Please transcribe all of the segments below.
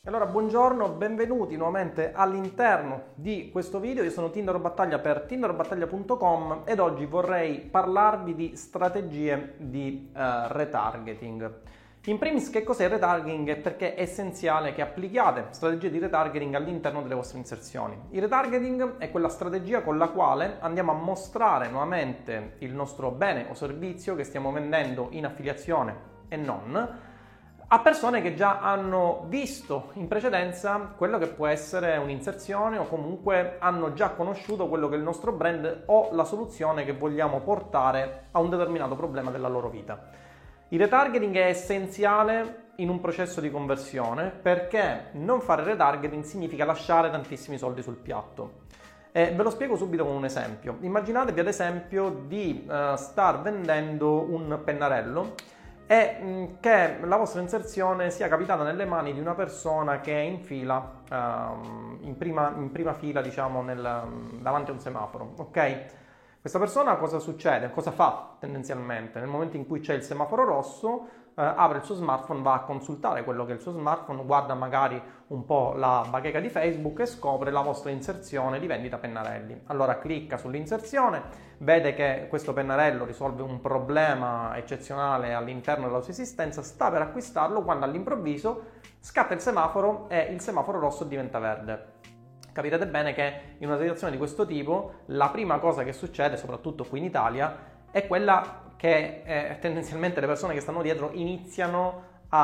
Allora, buongiorno, benvenuti nuovamente all'interno di questo video. Io sono Tindaro Battaglia per tindarobattaglia.com ed oggi vorrei parlarvi di strategie di retargeting. In primis, che cos'è il retargeting e perché è essenziale che applichiate strategie di retargeting all'interno delle vostre inserzioni. Il retargeting è quella strategia con la quale andiamo a mostrare nuovamente il nostro bene o servizio che stiamo vendendo in affiliazione e non a persone che già hanno visto in precedenza quello che può essere un'inserzione o comunque hanno già conosciuto quello che è il nostro brand o la soluzione che vogliamo portare a un determinato problema della loro vita. Il retargeting è essenziale in un processo di conversione perché non fare retargeting significa lasciare tantissimi soldi sul piatto. Ve lo spiego subito con un esempio. Immaginatevi ad esempio di star vendendo un pennarello e che la vostra inserzione sia capitata nelle mani di una persona che è in fila, in prima fila, diciamo, davanti a un semaforo, ok? Questa persona cosa succede? Cosa fa tendenzialmente? Nel momento in cui c'è il semaforo rosso, apre il suo smartphone, va a consultare quello che è il suo smartphone, guarda magari un po' la bacheca di Facebook e scopre la vostra inserzione di vendita pennarelli. Allora clicca sull'inserzione, vede che questo pennarello risolve un problema eccezionale all'interno della sua esistenza, sta per acquistarlo quando all'improvviso scatta il semaforo e il semaforo rosso diventa verde. Capirete bene che in una situazione di questo tipo la prima cosa che succede, soprattutto qui in Italia, è quella che tendenzialmente le persone che stanno dietro iniziano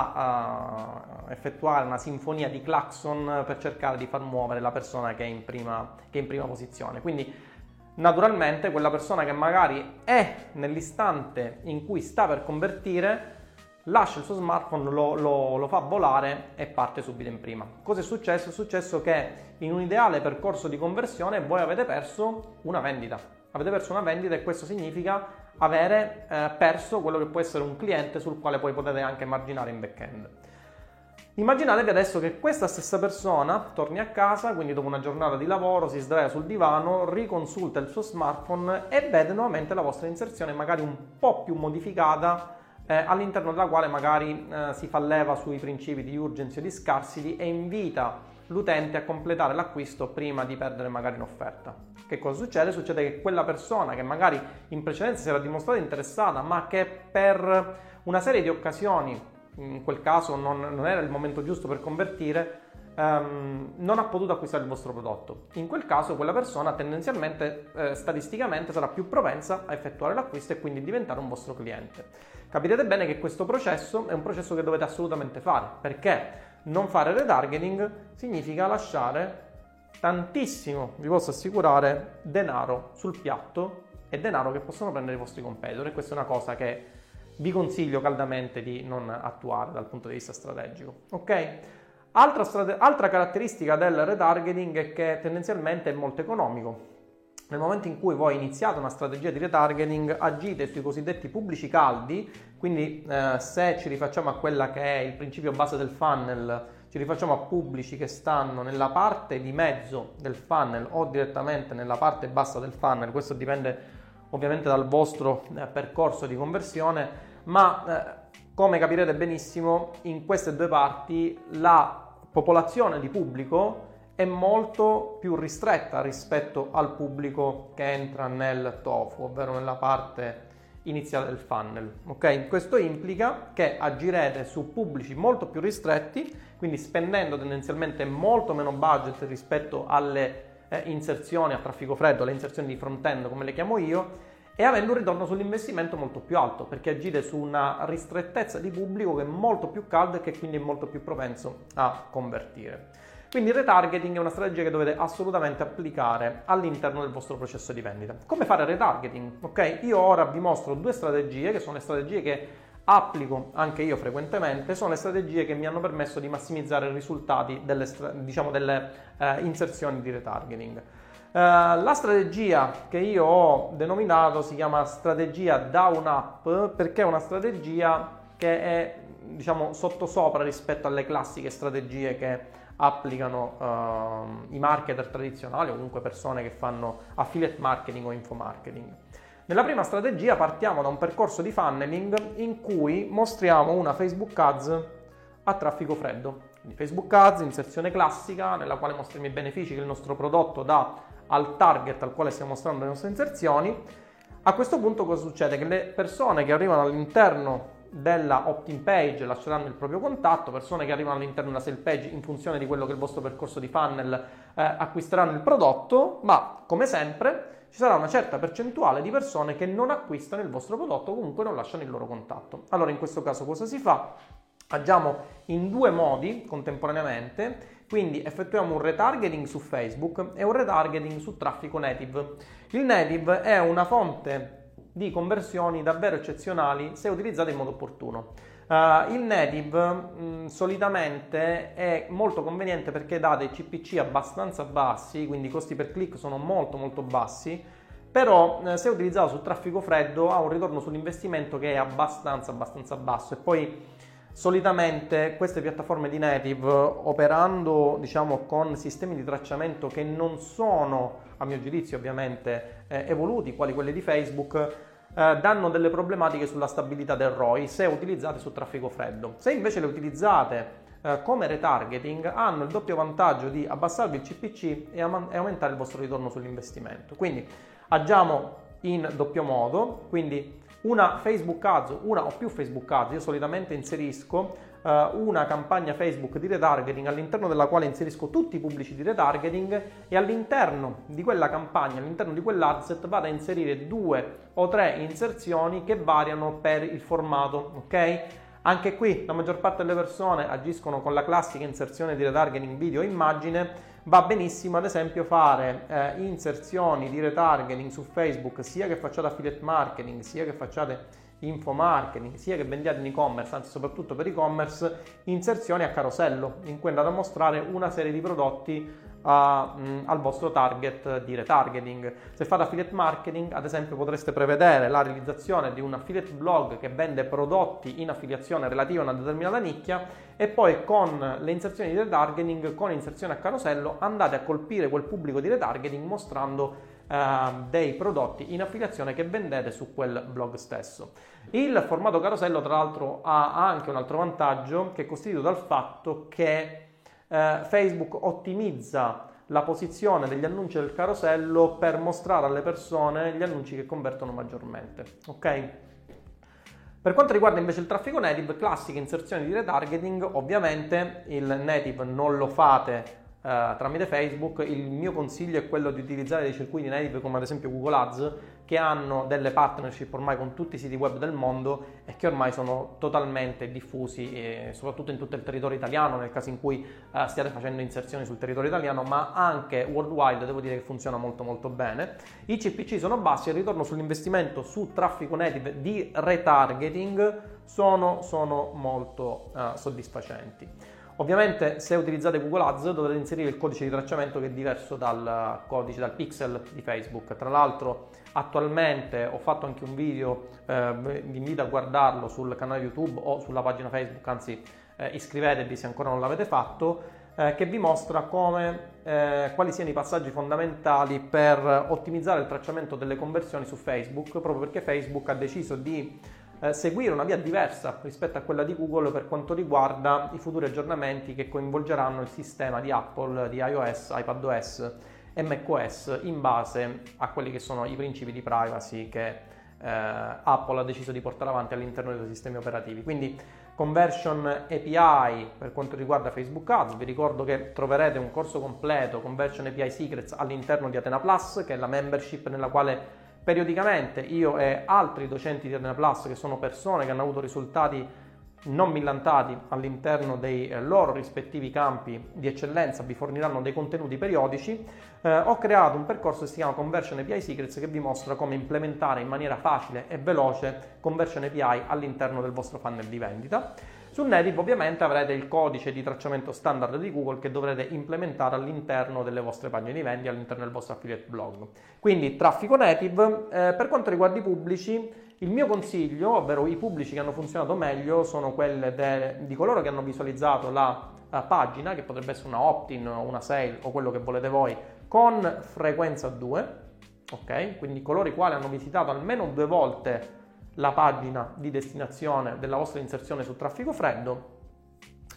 a effettuare una sinfonia di clacson per cercare di far muovere la persona che è in prima posizione. Quindi naturalmente quella persona che magari è nell'istante in cui sta per convertire lascia il suo smartphone, lo fa volare e parte subito in prima. Cosa è successo? È successo che in un ideale percorso di conversione voi avete perso una vendita. Avete perso una vendita e questo significa avere perso quello che può essere un cliente sul quale poi potete anche marginare in back-end. Immaginatevi adesso che questa stessa persona torni a casa, quindi dopo una giornata di lavoro, si sdraia sul divano, riconsulta il suo smartphone e vede nuovamente la vostra inserzione magari un po' più modificata, all'interno della quale magari si fa leva sui principi di urgency o di scarsity e invita l'utente a completare l'acquisto prima di perdere magari un'offerta. Che cosa succede? Succede che quella persona che magari in precedenza si era dimostrata interessata ma che per una serie di occasioni, in quel caso non era il momento giusto per convertire, non ha potuto acquistare il vostro prodotto. In quel caso quella persona tendenzialmente, statisticamente, sarà più propensa a effettuare l'acquisto e quindi diventare un vostro cliente. Capirete bene che questo processo è un processo che dovete assolutamente fare, perché non fare retargeting significa lasciare tantissimo, vi posso assicurare, denaro sul piatto e denaro che possono prendere i vostri competitor, e questa è una cosa che vi consiglio caldamente di non attuare dal punto di vista strategico, ok? Altra caratteristica del retargeting è che tendenzialmente è molto economico. Nel momento in cui voi iniziate una strategia di retargeting, agite sui cosiddetti pubblici caldi, quindi se ci rifacciamo a quella che è il principio base del funnel, ci rifacciamo a pubblici che stanno nella parte di mezzo del funnel o direttamente nella parte bassa del funnel. Questo dipende ovviamente dal vostro percorso di conversione, ma come capirete benissimo, in queste due parti la popolazione di pubblico è molto più ristretta rispetto al pubblico che entra nel tofu, ovvero nella parte iniziale del funnel. Ok? Questo implica che agirete su pubblici molto più ristretti, quindi spendendo tendenzialmente molto meno budget rispetto alle inserzioni a traffico freddo, le inserzioni di front-end come le chiamo io, e avendo un ritorno sull'investimento molto più alto, perché agite su una ristrettezza di pubblico che è molto più caldo e che quindi è molto più propenso a convertire. Quindi il retargeting è una strategia che dovete assolutamente applicare all'interno del vostro processo di vendita. Come fare retargeting? Ok, io ora vi mostro due strategie che sono le strategie che applico anche io frequentemente, sono le strategie che mi hanno permesso di massimizzare i risultati delle inserzioni di retargeting. La strategia che io ho denominato si chiama strategia down up, perché è una strategia che è, diciamo, sottosopra rispetto alle classiche strategie che applicano i marketer tradizionali o comunque persone che fanno affiliate marketing o infomarketing. Nella prima strategia partiamo da un percorso di funneling in cui mostriamo una Facebook Ads a traffico freddo. Quindi Facebook Ads, inserzione classica nella quale mostriamo i benefici che il nostro prodotto dà al target al quale stiamo mostrando le nostre inserzioni. A questo punto cosa succede? Che le persone che arrivano all'interno della opt-in page lasceranno il proprio contatto, persone che arrivano all'interno della sale page in funzione di quello che è il vostro percorso di funnel acquisteranno il prodotto, ma come sempre ci sarà una certa percentuale di persone che non acquistano il vostro prodotto o comunque non lasciano il loro contatto. Allora in questo caso cosa si fa? Agiamo in due modi contemporaneamente, quindi effettuiamo un retargeting su Facebook e un retargeting su traffico native. Il native è una fonte di conversioni davvero eccezionali se utilizzate in modo opportuno. Il native solitamente è molto conveniente perché dà dei CPC abbastanza bassi, quindi i costi per click sono molto bassi, però se utilizzato su traffico freddo ha un ritorno sull'investimento che è abbastanza basso. E poi solitamente queste piattaforme di native, operando diciamo con sistemi di tracciamento che non sono, a mio giudizio ovviamente, evoluti, quali quelli di Facebook, danno delle problematiche sulla stabilità del ROI se utilizzate su traffico freddo. Se invece le utilizzate come retargeting, hanno il doppio vantaggio di abbassarvi il CPC e aumentare il vostro ritorno sull'investimento. Quindi agiamo in doppio modo, quindi una Facebook Ads, una o più Facebook Ads. Io solitamente inserisco una campagna Facebook di retargeting all'interno della quale inserisco tutti i pubblici di retargeting e all'interno di quella campagna, all'interno di quell'adset vado a inserire 2 o 3 inserzioni che variano per il formato, ok? Anche qui la maggior parte delle persone agiscono con la classica inserzione di retargeting video e immagine. Va benissimo ad esempio fare inserzioni di retargeting su Facebook, sia che facciate affiliate marketing, sia che facciate info marketing, sia che vendiate in e-commerce, anzi soprattutto per e-commerce, inserzioni a carosello in cui andate a mostrare una serie di prodotti al vostro target di retargeting. Se fate affiliate marketing, ad esempio, potreste prevedere la realizzazione di un affiliate blog che vende prodotti in affiliazione relativi a una determinata nicchia e poi con le inserzioni di retargeting, con inserzione a carosello, andate a colpire quel pubblico di retargeting mostrando dei prodotti in affiliazione che vendete su quel blog stesso. Il formato carosello tra l'altro ha anche un altro vantaggio che è costituito dal fatto che Facebook ottimizza la posizione degli annunci del carosello per mostrare alle persone gli annunci che convertono maggiormente, ok? Per quanto riguarda invece il traffico native, classica inserzione di retargeting, ovviamente il native non lo fate tramite Facebook. Il mio consiglio è quello di utilizzare dei circuiti native come ad esempio Google Ads, che hanno delle partnership ormai con tutti i siti web del mondo e che ormai sono totalmente diffusi, soprattutto in tutto il territorio italiano, nel caso in cui stiate facendo inserzioni sul territorio italiano, ma anche worldwide. Devo dire che funziona molto bene. I CPC sono bassi e il ritorno sull'investimento su traffico native di retargeting sono molto soddisfacenti. Ovviamente se utilizzate Google Ads dovrete inserire il codice di tracciamento che è diverso dal pixel di Facebook. Tra l'altro attualmente ho fatto anche un video, vi invito a guardarlo sul canale YouTube o sulla pagina Facebook, anzi iscrivetevi se ancora non l'avete fatto, che vi mostra quali siano i passaggi fondamentali per ottimizzare il tracciamento delle conversioni su Facebook, proprio perché Facebook ha deciso di seguire una via diversa rispetto a quella di Google per quanto riguarda i futuri aggiornamenti che coinvolgeranno il sistema di Apple, di iOS, iPadOS e macOS in base a quelli che sono i principi di privacy che Apple ha deciso di portare avanti all'interno dei suoi sistemi operativi. Quindi Conversion API per quanto riguarda Facebook Ads. Vi ricordo che troverete un corso completo, Conversion API Secrets, all'interno di Atena Plus, che è la membership nella quale periodicamente io e altri docenti di Atena Plus, che sono persone che hanno avuto risultati non millantati all'interno dei loro rispettivi campi di eccellenza, vi forniranno dei contenuti periodici. Ho creato un percorso che si chiama Conversion API Secrets, che vi mostra come implementare in maniera facile e veloce Conversion API all'interno del vostro funnel di vendita. Sul native ovviamente avrete il codice di tracciamento standard di Google che dovrete implementare all'interno delle vostre pagine di vendita, all'interno del vostro affiliate blog. Quindi traffico native. Per quanto riguarda i pubblici, il mio consiglio, ovvero i pubblici che hanno funzionato meglio, sono quelli di coloro che hanno visualizzato la pagina, che potrebbe essere una opt-in o una sale o quello che volete voi, con frequenza 2, ok? Quindi coloro i quali hanno visitato almeno 2 volte la pagina di destinazione della vostra inserzione su traffico freddo.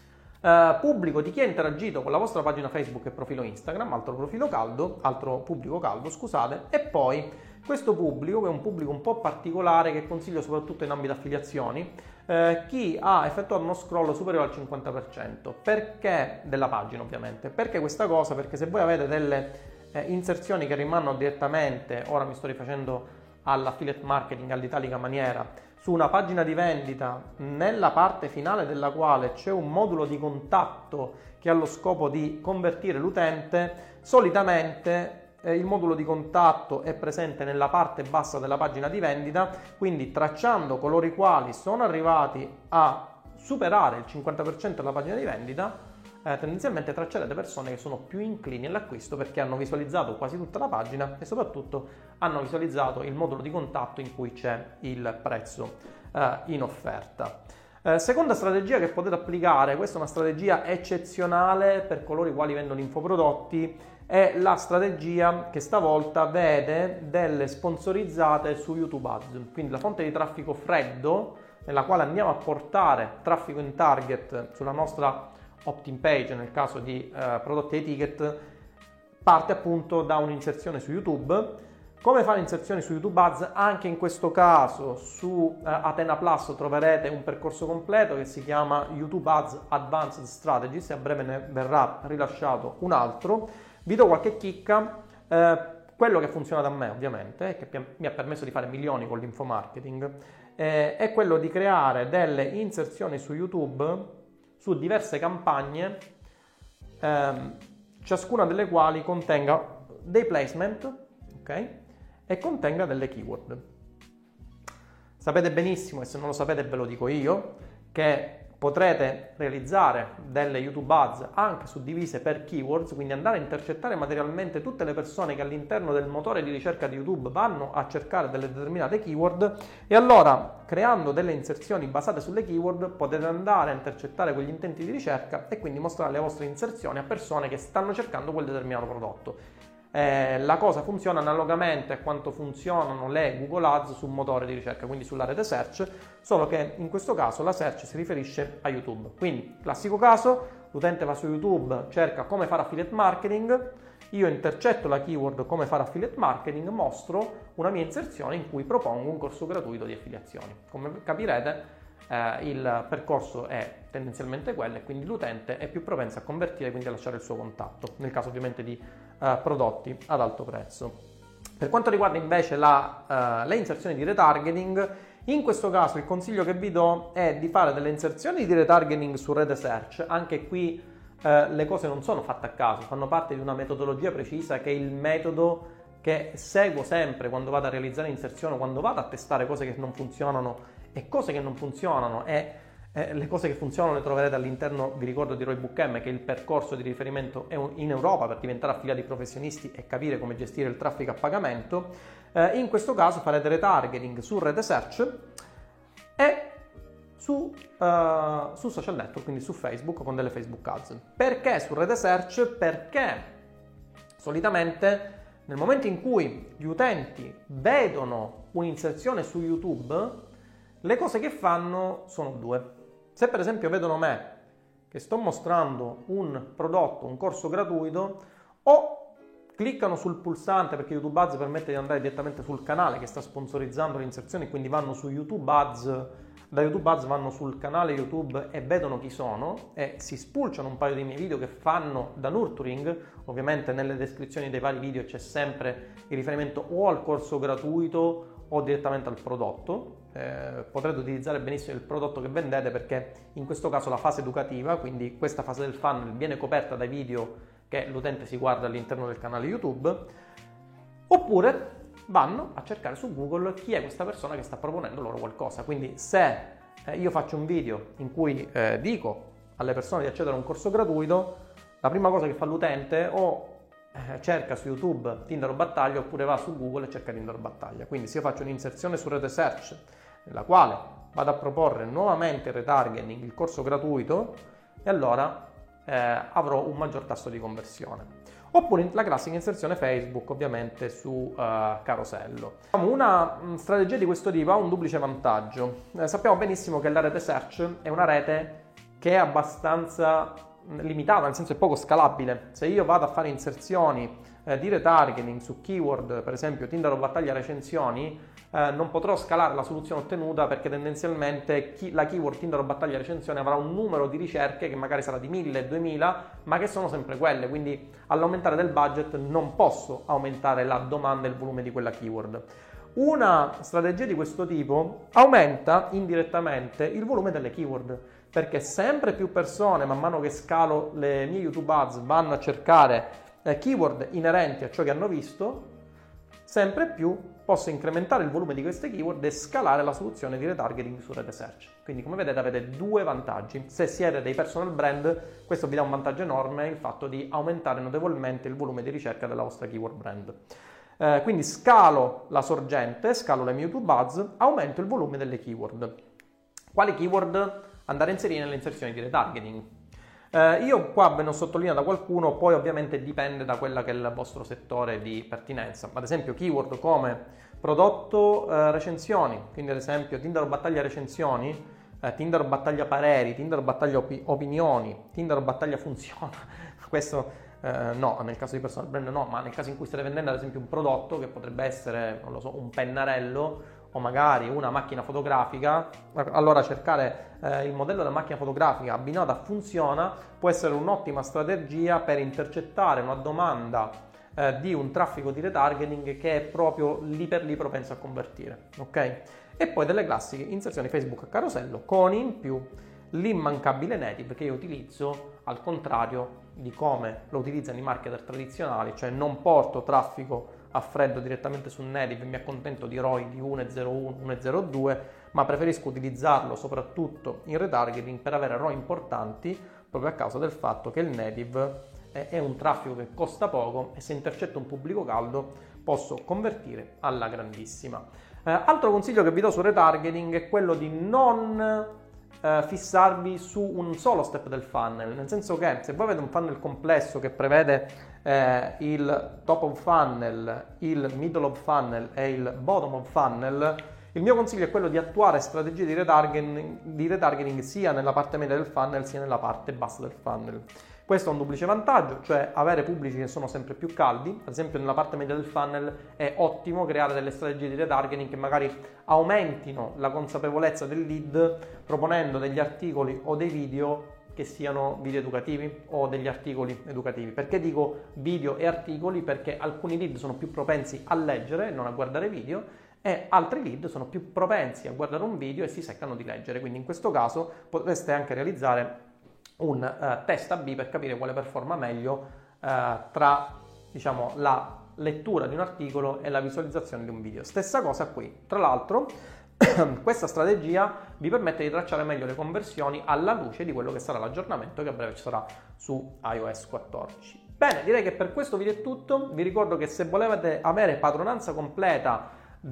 pubblico di chi ha interagito con la vostra pagina Facebook e profilo Instagram, altro pubblico caldo, scusate, e poi questo pubblico, che è un pubblico un po' particolare che consiglio soprattutto in ambito affiliazioni, chi ha effettuato uno scroll superiore al 50%, perché della pagina ovviamente. Perché questa cosa? Perché se voi avete delle inserzioni che rimandano direttamente, ora mi sto rifacendo all'affiliate marketing all'italica maniera, su una pagina di vendita nella parte finale della quale c'è un modulo di contatto che ha lo scopo di convertire l'utente, solitamente il modulo di contatto è presente nella parte bassa della pagina di vendita, quindi tracciando coloro i quali sono arrivati a superare il 50% della pagina di vendita, tendenzialmente traccerete persone che sono più inclini all'acquisto perché hanno visualizzato quasi tutta la pagina e soprattutto hanno visualizzato il modulo di contatto in cui c'è il prezzo in offerta. Seconda strategia che potete applicare, questa è una strategia eccezionale per coloro i quali vendono infoprodotti, è la strategia che stavolta vede delle sponsorizzate su YouTube Ads, quindi la fonte di traffico freddo nella quale andiamo a portare traffico in target sulla nostra opt-in page nel caso di prodotti e ticket, parte appunto da un'inserzione su YouTube. Come fare inserzioni su YouTube Ads? Anche in questo caso su Athena Plus troverete un percorso completo che si chiama YouTube Ads Advanced Strategies e a breve ne verrà rilasciato un altro. Vi do qualche chicca. Quello che ha funzionato a me ovviamente, che mi ha permesso di fare milioni con l'infomarketing, è quello di creare delle inserzioni su YouTube su diverse campagne, ciascuna delle quali contenga dei placement, ok? E contenga delle keyword. Sapete benissimo, e se non lo sapete ve lo dico io, che potrete realizzare delle YouTube Ads anche suddivise per keywords, quindi andare a intercettare materialmente tutte le persone che all'interno del motore di ricerca di YouTube vanno a cercare delle determinate keyword, e allora creando delle inserzioni basate sulle keyword potete andare a intercettare quegli intenti di ricerca e quindi mostrare le vostre inserzioni a persone che stanno cercando quel determinato prodotto. La cosa funziona analogamente a quanto funzionano le Google Ads su un motore di ricerca, quindi sulla rete search, solo che in questo caso la search si riferisce a YouTube. Quindi, classico caso, l'utente va su YouTube, cerca come fare affiliate marketing, io intercetto la keyword come fare affiliate marketing, mostro una mia inserzione in cui propongo un corso gratuito di affiliazioni. Come capirete, il percorso è tendenzialmente quello e quindi l'utente è più propenso a convertire, quindi a lasciare il suo contatto, nel caso ovviamente di prodotti ad alto prezzo. Per quanto riguarda invece le inserzioni di retargeting, in questo caso il consiglio che vi do è di fare delle inserzioni di retargeting su rete search. Anche qui le cose non sono fatte a caso, fanno parte di una metodologia precisa che è il metodo che seguo sempre quando vado a realizzare inserzioni, quando vado a testare cose che non funzionano e cose che non funzionano, e le cose che funzionano le troverete all'interno, vi ricordo, di Roybook M, che è il percorso di riferimento in Europa per diventare affiliati professionisti e capire come gestire il traffico a pagamento. In questo caso farete retargeting su rete search e su social network, quindi su Facebook con delle Facebook Ads. Perché su rete search? Perché solitamente nel momento in cui gli utenti vedono un'inserzione su YouTube, le cose che fanno sono due. Se per esempio vedono me che sto mostrando un prodotto, un corso gratuito, o cliccano sul pulsante, perché YouTube Ads permette di andare direttamente sul canale che sta sponsorizzando l'inserzione, quindi vanno su YouTube Ads, da YouTube Ads vanno sul canale YouTube e vedono chi sono e si spulciano un paio dei miei video che fanno da nurturing. Ovviamente nelle descrizioni dei vari video c'è sempre il riferimento o al corso gratuito o direttamente al prodotto. Potrete utilizzare benissimo il prodotto che vendete, perché in questo caso la fase educativa, quindi questa fase del funnel, viene coperta dai video che l'utente si guarda all'interno del canale YouTube. Oppure vanno a cercare su Google chi è questa persona che sta proponendo loro qualcosa. Quindi se io faccio un video in cui dico alle persone di accedere a un corso gratuito, la prima cosa che fa l'utente o cerca su YouTube Tinder o Battaglia, oppure va su Google e cerca Tinder o Battaglia. Quindi se io faccio un'inserzione su rete search nella quale vado a proporre nuovamente il retargeting, il corso gratuito, e allora avrò un maggior tasso di conversione. Oppure la classica inserzione Facebook, ovviamente su carosello. Una strategia di questo tipo ha un duplice vantaggio. Sappiamo benissimo che la rete search è una rete che è abbastanza limitata, nel senso è poco scalabile. Se io vado a fare inserzioni di retargeting su keyword, per esempio Tinder o battaglia recensioni, non potrò scalare la soluzione ottenuta, perché tendenzialmente la keyword Tinder o battaglia recensioni avrà un numero di ricerche che magari sarà di 1000, 2000, ma che sono sempre quelle, quindi all'aumentare del budget non posso aumentare la domanda e il volume di quella keyword. Una strategia di questo tipo aumenta indirettamente il volume delle keyword, perché sempre più persone, man mano che scalo le mie YouTube ads, vanno a cercare keyword inerenti a ciò che hanno visto, sempre più posso incrementare il volume di queste keyword e scalare la soluzione di retargeting su Rete Search. Quindi, come vedete, avete due vantaggi. Se siete dei personal brand, questo vi dà un vantaggio enorme, il fatto di aumentare notevolmente il volume di ricerca della vostra keyword brand. Quindi scalo la sorgente, scalo le mie YouTube ads, aumento il volume delle keyword. Quali keyword andare a inserire nelle inserzioni di retargeting? Io qua ve ne ho sottolineato qualcuno, poi ovviamente dipende da quella che è il vostro settore di pertinenza. Ad esempio keyword come prodotto recensioni, quindi ad esempio Tinder o battaglia recensioni, Tinder o battaglia pareri, Tinder o battaglia opinioni, Tinder o battaglia funziona. Questo no, nel caso di personal brand no, ma nel caso in cui state vendendo ad esempio un prodotto che potrebbe essere, non lo so, un pennarello o magari una macchina fotografica, allora cercare il modello della macchina fotografica abbinato a funziona può essere un'ottima strategia per intercettare una domanda di un traffico di retargeting che è proprio lì per lì propenso a convertire, ok? E poi delle classiche inserzioni Facebook a carosello con in più l'immancabile native che io utilizzo al contrario di come lo utilizzano i marketer tradizionali, cioè non porto traffico a freddo direttamente sul native e mi accontento di ROI di 1,01, 1,02, ma preferisco utilizzarlo soprattutto in retargeting per avere ROI importanti, proprio a causa del fatto che il native è un traffico che costa poco e se intercetto un pubblico caldo posso convertire alla grandissima. Altro consiglio che vi do sul retargeting è quello di non fissarvi su un solo step del funnel, nel senso che se voi avete un funnel complesso che prevede il top of funnel, il middle of funnel e il bottom of funnel, il mio consiglio è quello di attuare strategie di retargeting sia nella parte media del funnel sia nella parte bassa del funnel. Questo ha un duplice vantaggio, cioè avere pubblici che sono sempre più caldi. Ad esempio nella parte media del funnel è ottimo creare delle strategie di retargeting che magari aumentino la consapevolezza del lead proponendo degli articoli o dei video che siano video educativi o degli articoli educativi. Perché dico video e articoli? Perché alcuni lead sono più propensi a leggere e non a guardare video e altri lead sono più propensi a guardare un video e si seccano di leggere. Quindi in questo caso potreste anche realizzare un test A/B per capire quale performa meglio tra, diciamo, la lettura di un articolo e la visualizzazione di un video. Stessa cosa qui. Tra l'altro questa strategia vi permette di tracciare meglio le conversioni alla luce di quello che sarà l'aggiornamento che a breve ci sarà su iOS 14. Bene, direi che per questo video è tutto. Vi ricordo che se volete avere padronanza completa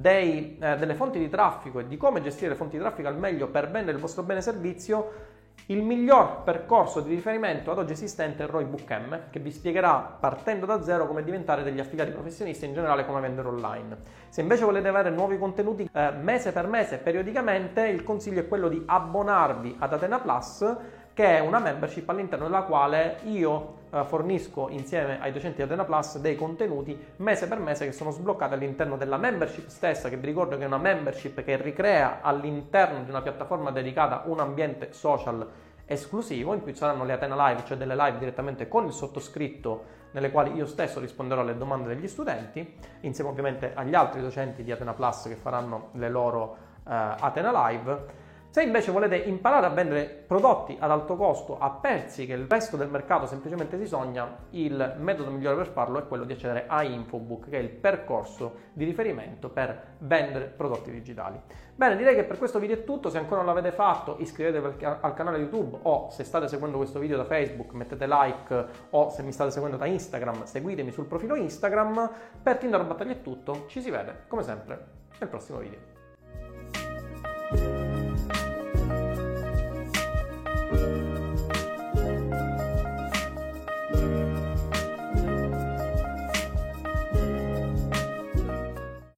delle fonti di traffico e di come gestire le fonti di traffico al meglio per vendere il vostro bene servizio, il miglior percorso di riferimento ad oggi esistente è ROI Bootcamp, che vi spiegherà partendo da zero come diventare degli affiliati professionisti e in generale come vendere online. Se invece volete avere nuovi contenuti mese per mese, periodicamente, il consiglio è quello di abbonarvi ad Atena Plus, che è una membership all'interno della quale io fornisco insieme ai docenti di Atena Plus dei contenuti mese per mese che sono sbloccati all'interno della membership stessa, che vi ricordo che è una membership che ricrea all'interno di una piattaforma dedicata un ambiente social esclusivo in cui ci saranno le Atena Live, cioè delle live direttamente con il sottoscritto nelle quali io stesso risponderò alle domande degli studenti, insieme ovviamente agli altri docenti di Atena Plus che faranno le loro Atena Live. Se invece volete imparare a vendere prodotti ad alto costo a prezzi che il resto del mercato semplicemente si sogna, il metodo migliore per farlo è quello di accedere a Infobook, che è il percorso di riferimento per vendere prodotti digitali. Bene, direi che per questo video è tutto. Se ancora non l'avete fatto, iscrivetevi al canale YouTube o se state seguendo questo video da Facebook mettete like o se mi state seguendo da Instagram seguitemi sul profilo Instagram. Per Tinder Battaglia è tutto, ci si vede come sempre nel prossimo video.